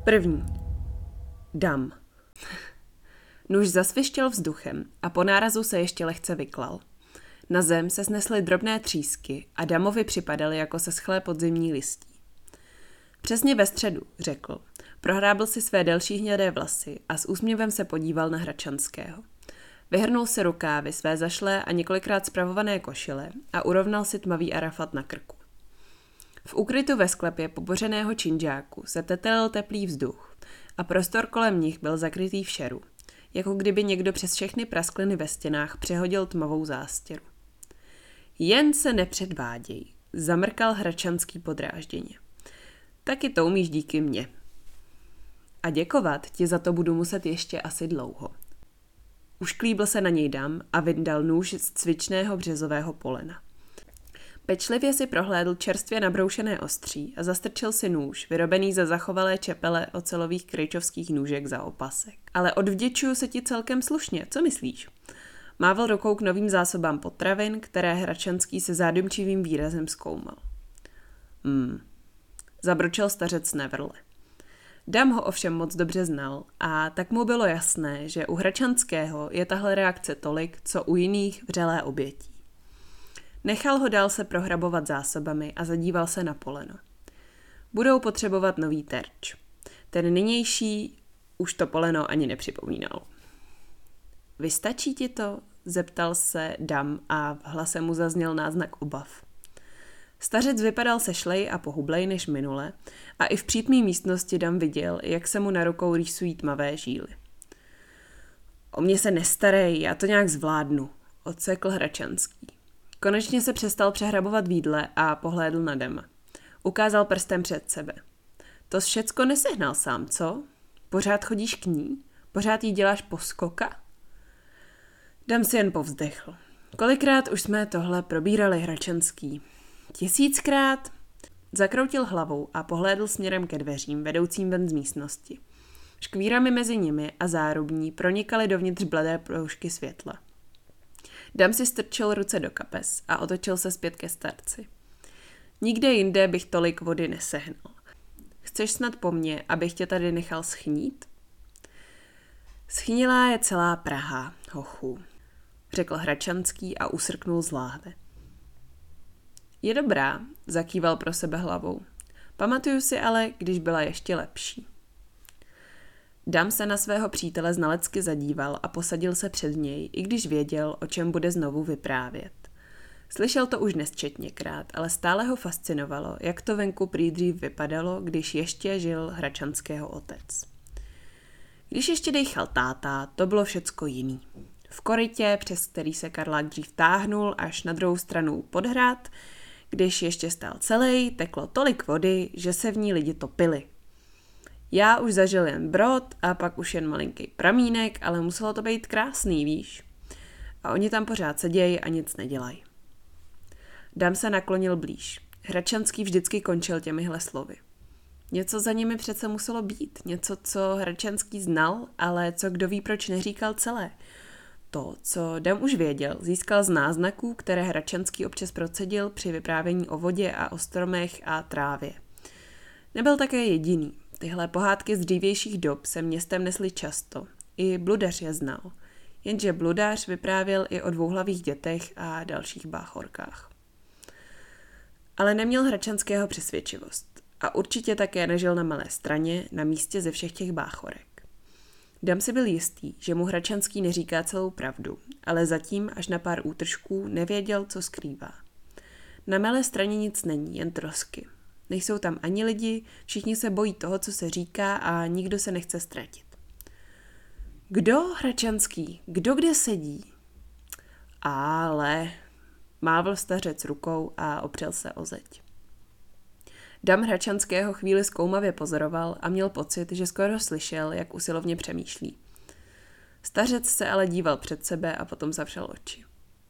První. Dam. Nůž zasvištěl vzduchem a po nárazu se ještě lehce vyklal. Na zem se snesly drobné třísky a Damovi připadaly jako seschlé podzimní listí. Přesně ve středu, řekl. Prohrábl si své delší hnědé vlasy a s úsměvem se podíval na Hračanského. Vyhrnul si rukávy své zašlé a několikrát spravované košile a urovnal si tmavý arafat na krku. V úkrytu ve sklepě pobořeného činžáku se tetelil teplý vzduch a prostor kolem nich byl zakrytý v šeru, jako kdyby někdo přes všechny praskliny ve stěnách přehodil tmavou zástěru. Jen se nepředváděj, zamrkal Hračanský podrážděně. Taky to umíš díky mně. A děkovat ti za to budu muset ještě asi dlouho. Ušklíbl se na něj Dam a vyndal nůž z cvičného březového polena. Pečlivě si prohlédl čerstvě nabroušené ostří a zastrčil si nůž, vyrobený ze zachovalé čepele ocelových kryčovských nůžek za opasek. Ale odvděčuju se ti celkem slušně, co myslíš? Mával rukou k novým zásobám potravin, které Hračanský se zádumčivým výrazem zkoumal. Zabručel stařec nevrle. Dam ho ovšem moc dobře znal a tak mu bylo jasné, že u Hračanského je tahle reakce tolik, co u jiných vřelé obětí. Nechal ho dál se prohrabovat zásobami a zadíval se na poleno. Budou potřebovat nový terč. Ten nynější už to poleno ani nepřipomínal. Vystačí ti to? Zeptal se Dam a v hlase mu zazněl náznak obav. Stařec vypadal sešlej a pohublej než minule a i v přítmé místnosti Dam viděl, jak se mu na rukou rýsují tmavé žíly. O mě se nestarej, já to nějak zvládnu, odsekl Hračanský. Konečně se přestal přehrabovat v jídle a pohlédl na Dama. Ukázal prstem před sebe. To všecko nesehnal sám, co? Pořád chodíš k ní? Pořád jí děláš poskoka? Dam si jen povzdechl. Kolikrát už jsme tohle probírali, Hračanský? 1000krát? Zakroutil hlavou a pohlédl směrem ke dveřím, vedoucím ven z místnosti. Škvírami mezi nimi a zárubní pronikaly dovnitř bledé proužky světla. Dam si strčil ruce do kapes a otočil se zpět ke starci. Nikde jinde bych tolik vody nesehnal. Chceš snad po mně, abych tě tady nechal schnít? Schnilá je celá Praha, hochu, řekl Hračanský a usrknul z láhve. Je dobrá, zakýval pro sebe hlavou. Pamatuju si ale, když byla ještě lepší. Dam se na svého přítele znalecky zadíval a posadil se před něj, i když věděl, o čem bude znovu vyprávět. Slyšel to už nesčetněkrát, ale stále ho fascinovalo, jak to venku prý dřív vypadalo, když ještě žil Hračanského otec. Když ještě dejchal táta, to bylo všecko jiný. V korytě, přes který se Karlák dřív táhnul až na druhou stranu pod hrad, když ještě stál celý, teklo tolik vody, že se v ní lidi topili. Já už zažil jen brod a pak už jen malinký pramínek, ale muselo to být krásný, víš. A oni tam pořád sedějí a nic nedělají. Dam se naklonil blíž. Hračanský vždycky končil těmihle slovy. Něco za nimi přece muselo být, něco, co Hračanský znal, ale co kdo ví, proč neříkal celé. To, co Dam už věděl, získal z náznaků, které Hračanský občas procedil při vyprávění o vodě a o stromech a trávě. Nebyl také jediný. Tyhle pohádky z dřívějších dob se městem nesly často. I Bludař je znal. Jenže Bludař vyprávěl i o dvouhlavých dětech a dalších báchorkách. Ale neměl Hračanského přesvědčivost. A určitě také nežil na Malé Straně, na místě ze všech těch báchorek. Dam si byl jistý, že mu Hračanský neříká celou pravdu, ale zatím až na pár útržků nevěděl, co skrývá. Na Malé Straně nic není, jen trosky. Nejsou tam ani lidi, všichni se bojí toho, co se říká a nikdo se nechce ztratit. Kdo, Hračanský? Kdo kde sedí? Ale... Mávl stařec rukou a opřel se o zeď. Dam Hračanského chvíli zkoumavě pozoroval a měl pocit, že skoro slyšel, jak usilovně přemýšlí. Stařec se ale díval před sebe a potom zavřel oči.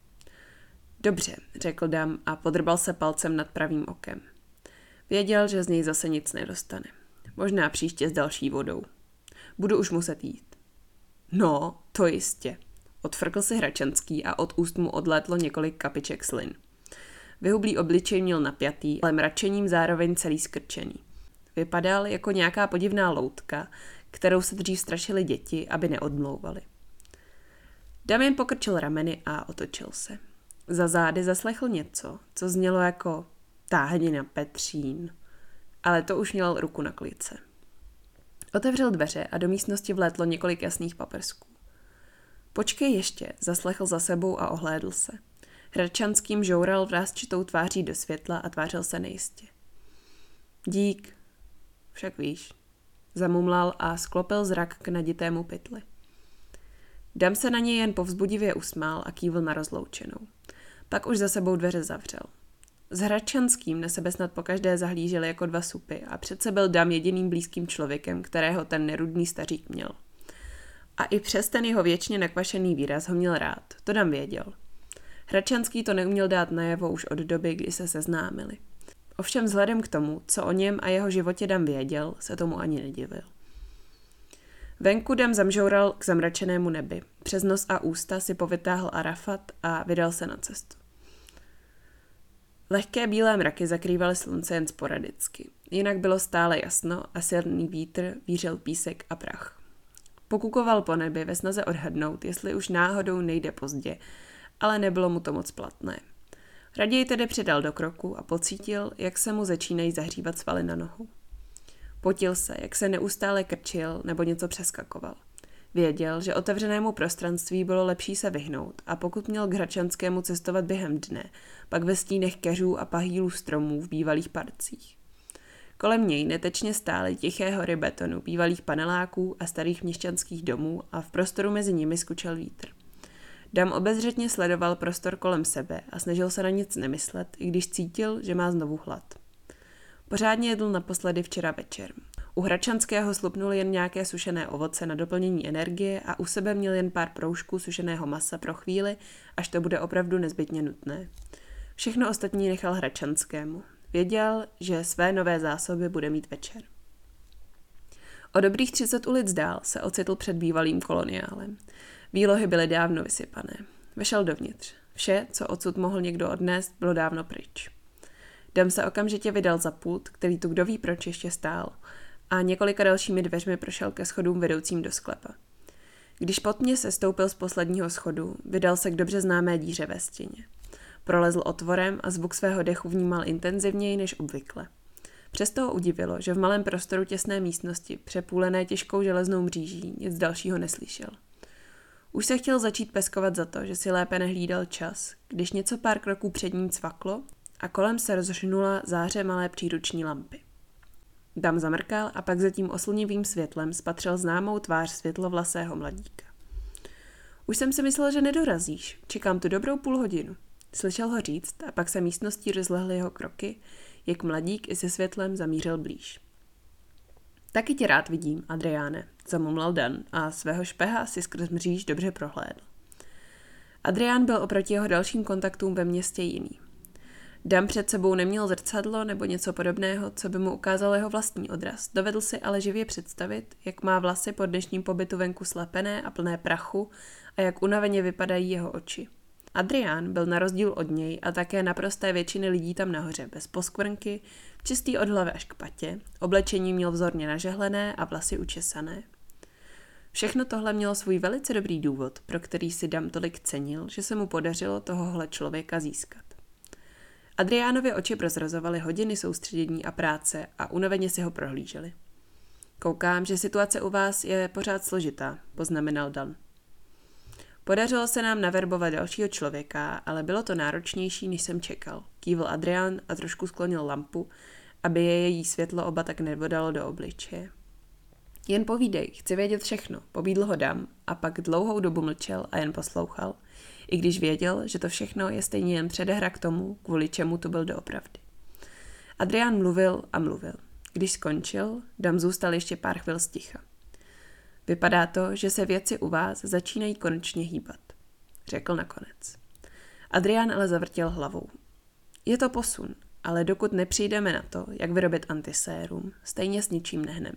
Dobře, řekl Dam a podrbal se palcem nad pravým okem. Věděl, že z něj zase nic nedostane. Možná příště s další vodou. Budu už muset jít. No, to jistě. Odfrkl si Hračanský a od úst mu odlétlo několik kapiček slin. Vyhublý obličej měl napjatý, ale mračením zároveň celý skrčený. Vypadal jako nějaká podivná loutka, kterou se dřív strašily děti, aby neodmlouvali. Dam jen pokrčil rameny a otočil se. Za zády zaslechl něco, co znělo jako táhni na Petřín, ale to už měl ruku na klíce. Otevřel dveře a do místnosti vlétlo několik jasných paprsků. Počkej ještě, zaslechl za sebou a ohlédl se. Hradčanským žoural vrásčitou tváří do světla a tvářil se nejistě. Dík, však víš, zamumlal a sklopil zrak k naditému pytli. Dam se na něj jen povzbudivě usmál a kývl na rozloučenou. Pak už za sebou dveře zavřel. S Hradčanským na sebe snad pokaždé zahlíželi jako dva supy a přece byl Dam jediným blízkým člověkem, kterého ten nerudný stařík měl. A i přes ten jeho věčně nakvašený výraz ho měl rád, to Dam věděl. Hradčanský to neuměl dát najevo už od doby, kdy se seznámili. Ovšem vzhledem k tomu, co o něm a jeho životě Dam věděl, se tomu ani nedivil. Venku Dam zamžoural k zamračenému nebi. Přes nos a ústa si povytáhl Arafat a vydal se na cestu. Lehké bílé mraky zakrývaly slunce jen sporadicky. Jinak bylo stále jasno a silný vítr vířil písek a prach. Pokukoval po nebi ve snaze odhadnout, jestli už náhodou nejde pozdě, ale nebylo mu to moc platné. Raději tedy přidal do kroku a pocítil, jak se mu začínají zahřívat svaly na nohu. Potil se, jak se neustále krčil nebo něco přeskakoval. Věděl, že otevřenému prostranství bylo lepší se vyhnout a pokud měl k Hradčanskému cestovat během dne, pak ve stínech keřů a pahýlů stromů v bývalých parcích. Kolem něj netečně stály tiché hory betonu, bývalých paneláků a starých měšťanských domů a v prostoru mezi nimi skučel vítr. Dam obezřetně sledoval prostor kolem sebe a snažil se na nic nemyslet, i když cítil, že má znovu hlad. Pořádně jedl naposledy včera večer. U Hradčanského slupnul jen nějaké sušené ovoce na doplnění energie a u sebe měl jen pár proužků sušeného masa pro chvíli, až to bude opravdu nezbytně nutné. Všechno ostatní nechal Hradčanskému. Věděl, že své nové zásoby bude mít večer. O dobrých 30 ulic dál se ocitl před bývalým koloniálem. Výlohy byly dávno vysypané. Vešel dovnitř. Vše, co odsud mohl někdo odnést, bylo dávno pryč. Dam se okamžitě vydal za pult, který tu kdo ví proč ještě stál, a několika dalšími dveřmi prošel ke schodům vedoucím do sklepa. Když potmě se stoupil z posledního schodu, vydal se k dobře známé díře ve stěně. Prolezl otvorem a zvuk svého dechu vnímal intenzivněji než obvykle. Přesto ho udivilo, že v malém prostoru těsné místnosti, přepůlené těžkou železnou mříží, nic dalšího neslyšel. Už se chtěl začít peskovat za to, že si lépe nehlídal čas, když něco pár kroků před ním cvaklo a kolem se rozhrnula záře malé příruční lampy. Dam zamrkal a pak za tím oslnivým světlem spatřil známou tvář světlovlasého mladíka. Už jsem si myslel, že nedorazíš, čekám tu dobrou půl hodinu. Slyšel ho říct a pak se místností rozlehly jeho kroky, jak mladík i se světlem zamířil blíž. Taky tě rád vidím, Adriáne, zamumlal Dan a svého špeha si skrz mříž dobře prohlédl. Adrián byl oproti jeho dalším kontaktům ve městě jiný. Dan před sebou neměl zrcadlo nebo něco podobného, co by mu ukázalo jeho vlastní odraz. Dovedl si ale živě představit, jak má vlasy po dnešním pobytu venku slepené a plné prachu a jak unaveně vypadají jeho oči. Adrián byl na rozdíl od něj a také naprosté většiny lidí tam nahoře, bez poskvrnky, čistý od hlavy až k patě, oblečení měl vzorně nažehlené a vlasy učesané. Všechno tohle mělo svůj velice dobrý důvod, pro který si Dam tolik cenil, že se mu podařilo tohohle člověka získat. Adriánovi oči prozrazovaly hodiny soustředění a práce a unaveně si ho prohlíželi. Koukám, že situace u vás je pořád složitá, poznamenal Dan. Podařilo se nám naverbovat dalšího člověka, ale bylo to náročnější, než jsem čekal. Kývl Adrián a trošku sklonil lampu, aby je její světlo oba tak nevodalo do obličeje. Jen povídej, chci vědět všechno, pobídl ho Dam a pak dlouhou dobu mlčel a jen poslouchal, i když věděl, že to všechno je stejně jen předehra k tomu, kvůli čemu to byl doopravdy. Adrián mluvil a mluvil. Když skončil, Dam zůstal ještě pár chvil sticha. Vypadá to, že se věci u vás začínají konečně hýbat, řekl nakonec. Adrián ale zavrtěl hlavou. Je to posun, ale dokud nepřijdeme na to, jak vyrobit antisérum, stejně s ničím nehneme.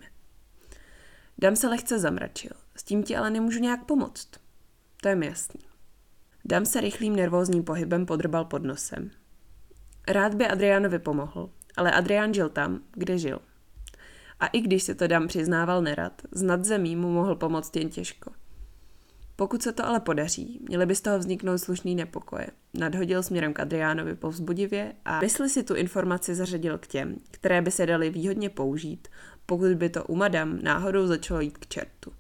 Dam se lehce zamračil, s tím ti ale nemůžu nějak pomoct. To je mi jasný. Dam se rychlým nervózním pohybem podrbal pod nosem. Rád by Adriánovi pomohl, ale Adrián žil tam, kde žil. A i když se to Dam přiznával nerad, z nadzemí mu mohl pomoct jen těžko. Pokud se to ale podaří, měly by z toho vzniknout slušný nepokoje. Nadhodil směrem k Adriánovi povzbudivě a mysli si tu informaci zařadil k těm, které by se daly výhodně použít, pokud by to u madam náhodou začalo jít k čertu.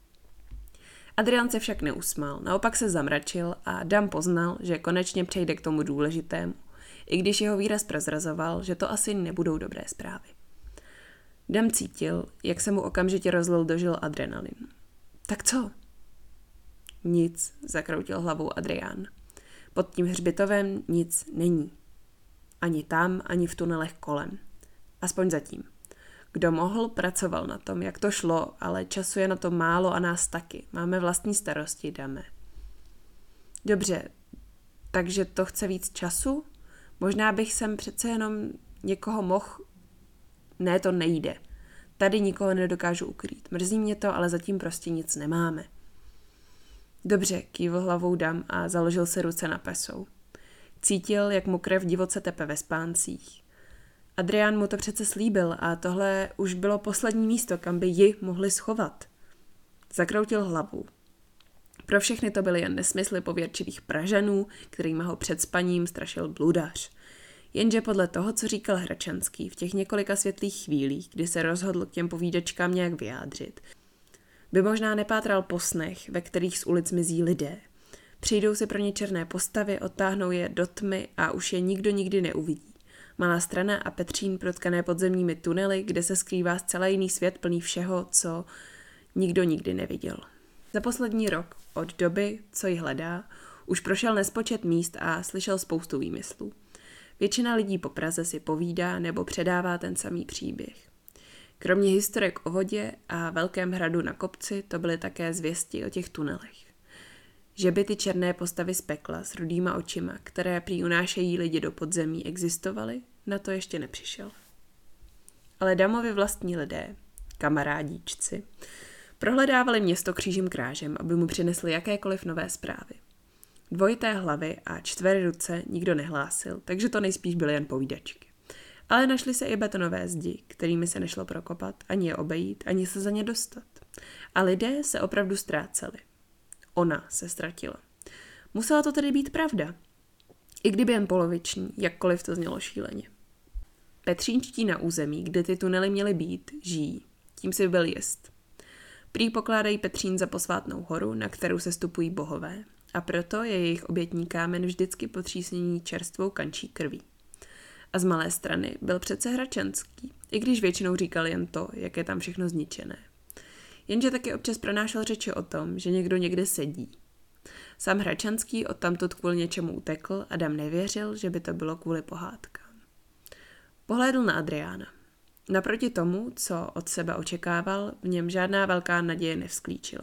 Adrián se však neusmál, naopak se zamračil a Dam poznal, že konečně přejde k tomu důležitému, i když jeho výraz prozrazoval, že to asi nebudou dobré zprávy. Dam cítil, jak se mu okamžitě rozlil do žil adrenalin. Tak co? Nic, zakroutil hlavou Adrián. Pod tím hřbitovem nic není. Ani tam, ani v tunelech kolem. Aspoň zatím. Kdo mohl, pracoval na tom, jak to šlo, ale času je na to málo a nás taky. Máme vlastní starosti, Dame. Dobře, takže to chce víc času? Možná bych sem přece jenom někoho mohl... Ne, to nejde. Tady nikoho nedokážu ukrýt. Mrzí mě to, ale zatím prostě nic nemáme. Dobře, kývl hlavou Dam a založil se ruce na pesou. Cítil, jak mu krev divoce tepe ve spáncích. Adrián mu to přece slíbil a tohle už bylo poslední místo, kam by ji mohli schovat. Zakroutil hlavou. Pro všechny to byly jen nesmysly pověrčivých Pražanů, kterýma ho před spaním strašil bludař. Jenže podle toho, co říkal Hračanský v těch několika světlých chvílích, kdy se rozhodl k těm povídačkám nějak vyjádřit, by možná nepátral po snech, ve kterých z ulic mizí lidé. Přijdou si pro ně černé postavy, odtáhnou je do tmy a už je nikdo nikdy neuvidí. Malá Strana a Petřín protkané podzemními tunely, kde se skrývá zcela jiný svět plný všeho, co nikdo nikdy neviděl. Za poslední rok, od doby, co ji hledá, už prošel nespočet míst a slyšel spoustu výmyslů. Většina lidí po Praze si povídá nebo předává ten samý příběh. Kromě historek o vodě a velkém hradu na kopci to byly také zvěsti o těch tunelech. Že by ty černé postavy z pekla s rudýma očima, které prý unášejí lidi do podzemí, existovaly, na to ještě nepřišel. Ale Damovi vlastní lidé, kamarádíčci, prohledávali město křížem krážem, aby mu přinesli jakékoliv nové zprávy. Dvojité hlavy a čtveryruce nikdo nehlásil, takže to nejspíš byly jen povídačky. Ale našly se i betonové zdi, kterými se nešlo prokopat, ani je obejít, ani se za ně dostat. A lidé se opravdu ztráceli. Ona se ztratila. Musela to tedy být pravda. I kdyby jen poloviční, jakkoliv to znělo šíleně. Petřínští na území, kde ty tunely měly být, žijí. Tím si byl jist. Prý pokládají Petřín za posvátnou horu, na kterou se stupují bohové. A proto je jejich obětní kámen vždycky potřísněný čerstvou kančí krví. A z Malé Strany byl přece Hračanský, i když většinou říkal jen to, jak je tam všechno zničené. Jenže taky občas pronášel řeči o tom, že někdo někde sedí. Sám Hračanský odtamtud kvůli něčemu utekl a Dam nevěřil, že by to bylo kvůli pohádkám. Pohlédl na Adriána. Naproti tomu, co od sebe očekával, v něm žádná velká naděje nevzklíčila.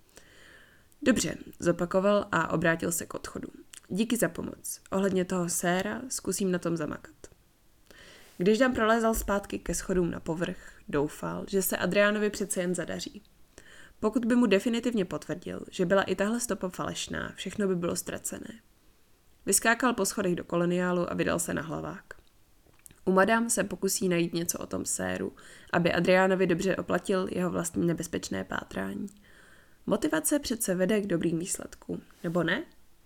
Dobře, zopakoval a obrátil se k odchodu. Díky za pomoc. Ohledně toho séra zkusím na tom zamakat. Když Dam prolézal zpátky ke schodům na povrch, doufal, že se Adriánovi přece jen zadaří. Pokud by mu definitivně potvrdil, že byla i tahle stopa falešná, všechno by bylo ztracené. Vyskákal po schodech do koloniálu a vydal se na hlavák. U madam se pokusí najít něco o tom séru, aby Adriánovi dobře oplatil jeho vlastní nebezpečné pátrání. Motivace přece vede k dobrým výsledkům, nebo ne?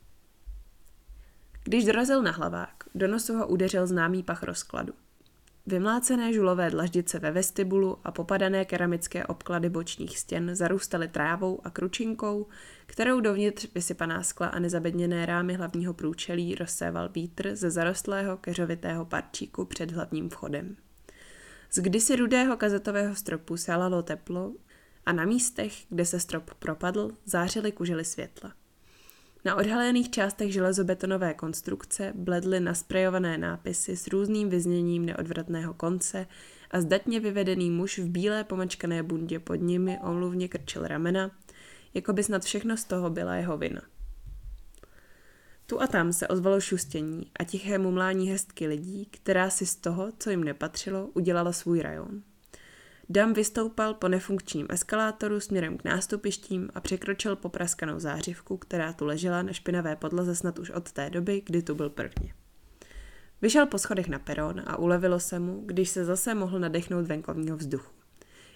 Když dorazil na hlavák, do nosu ho udeřil známý pach rozkladu. Vymlácené žulové dlaždice ve vestibulu a popadané keramické obklady bočních stěn zarůstaly trávou a kručinkou, kterou dovnitř vysypaná skla a nezabedněné rámy hlavního průčelí rozséval vítr ze zarostlého keřovitého parčíku před hlavním vchodem. Z kdysi rudého kazetového stropu sálalo teplo a na místech, kde se strop propadl, zářily kužely světla. Na odhalených částech železobetonové konstrukce bledly nasprejované nápisy s různým vyzněním neodvratného konce a zdatně vyvedený muž v bílé pomačkané bundě pod nimi omluvně krčil ramena, jako by snad všechno z toho byla jeho vina. Tu a tam se ozvalo šustění a tiché mumlání hrstky lidí, která si z toho, co jim nepatřilo, udělala svůj rajon. Dam vystoupal po nefunkčním eskalátoru směrem k nástupištím a překročil popraskanou zářivku, která tu ležela na špinavé podlaze snad už od té doby, kdy tu byl prvně. Vyšel po schodech na peron a ulevilo se mu, když se zase mohl nadechnout venkovního vzduchu.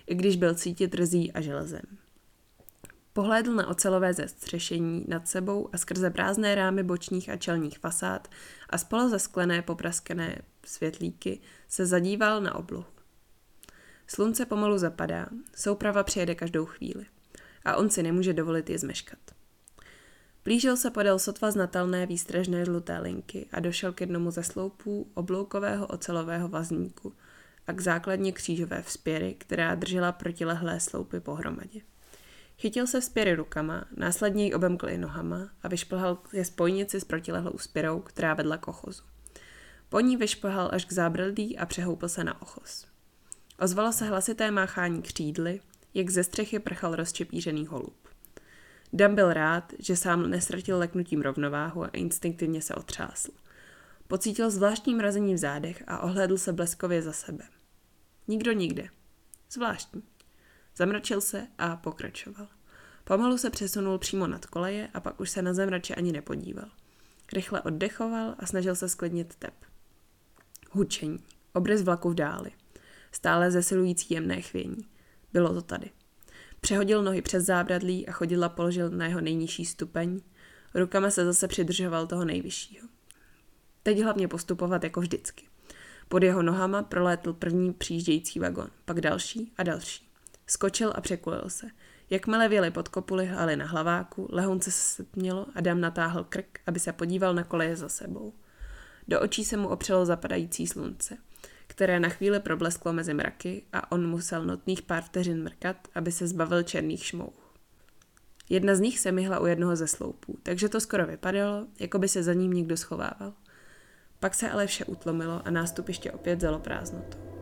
i když byl cítit rzí a železem. Pohlédl na ocelové zastřešení nad sebou a skrze prázdné rámy bočních a čelních fasád a z polozasklené popraskané světlíky se zadíval na oblohu. Slunce pomalu zapadá, souprava přijede každou chvíli a on si nemůže dovolit je zmeškat. Plížil se podél sotva znatelné výstražné žluté linky a došel k jednomu ze sloupů obloukového ocelového vazníku a k základně křížové vzpěry, která držela protilehlé sloupy pohromadě. Chytil se vzpěry rukama, následně ji obemkl i nohama a vyšplhal ke spojnici s protilehlou vzpěrou, která vedla k ochozu. Po ní vyšplhal až k zábradlí a přehoupl se na ochoz. Ozvalo se hlasité máchání křídly, jak ze střechy prchal rozčepířený holub. Dan byl rád, že sám nestratil leknutím rovnováhu a instinktivně se otřásl. Pocítil zvláštní mrazení v zádech a ohlédl se bleskově za sebe. Nikdo nikde. Zvláštní. Zamračil se a pokračoval. Pomalu se přesunul přímo nad koleje a pak už se na zem radši ani nepodíval. Rychle oddechoval a snažil se sklidnit tep. Hučení. Obrys vlaku v dáli. Stále zesilující jemné chvění. Bylo to tady. Přehodil nohy přes zábradlí a chodidla položil na jeho nejnižší stupeň. Rukama se zase přidržoval toho nejvyššího. Teď hlavně postupovat jako vždycky. Pod jeho nohama prolétl první přijíždějící vagon, pak další a další. Skočil a překulil se. Jakmile věli pod kopuli hali na hlaváku, lehonce se setmělo a Dan natáhl krk, aby se podíval na koleje za sebou. Do očí se mu opřelo zapadající slunce, které na chvíli problesklo mezi mraky a on musel notných pár vteřin mrkat, aby se zbavil černých šmouch. Jedna z nich se myhla u jednoho ze sloupů, takže to skoro vypadalo, jako by se za ním někdo schovával. Pak se ale vše utlomilo a nástupiště opět zalo prázdnotou.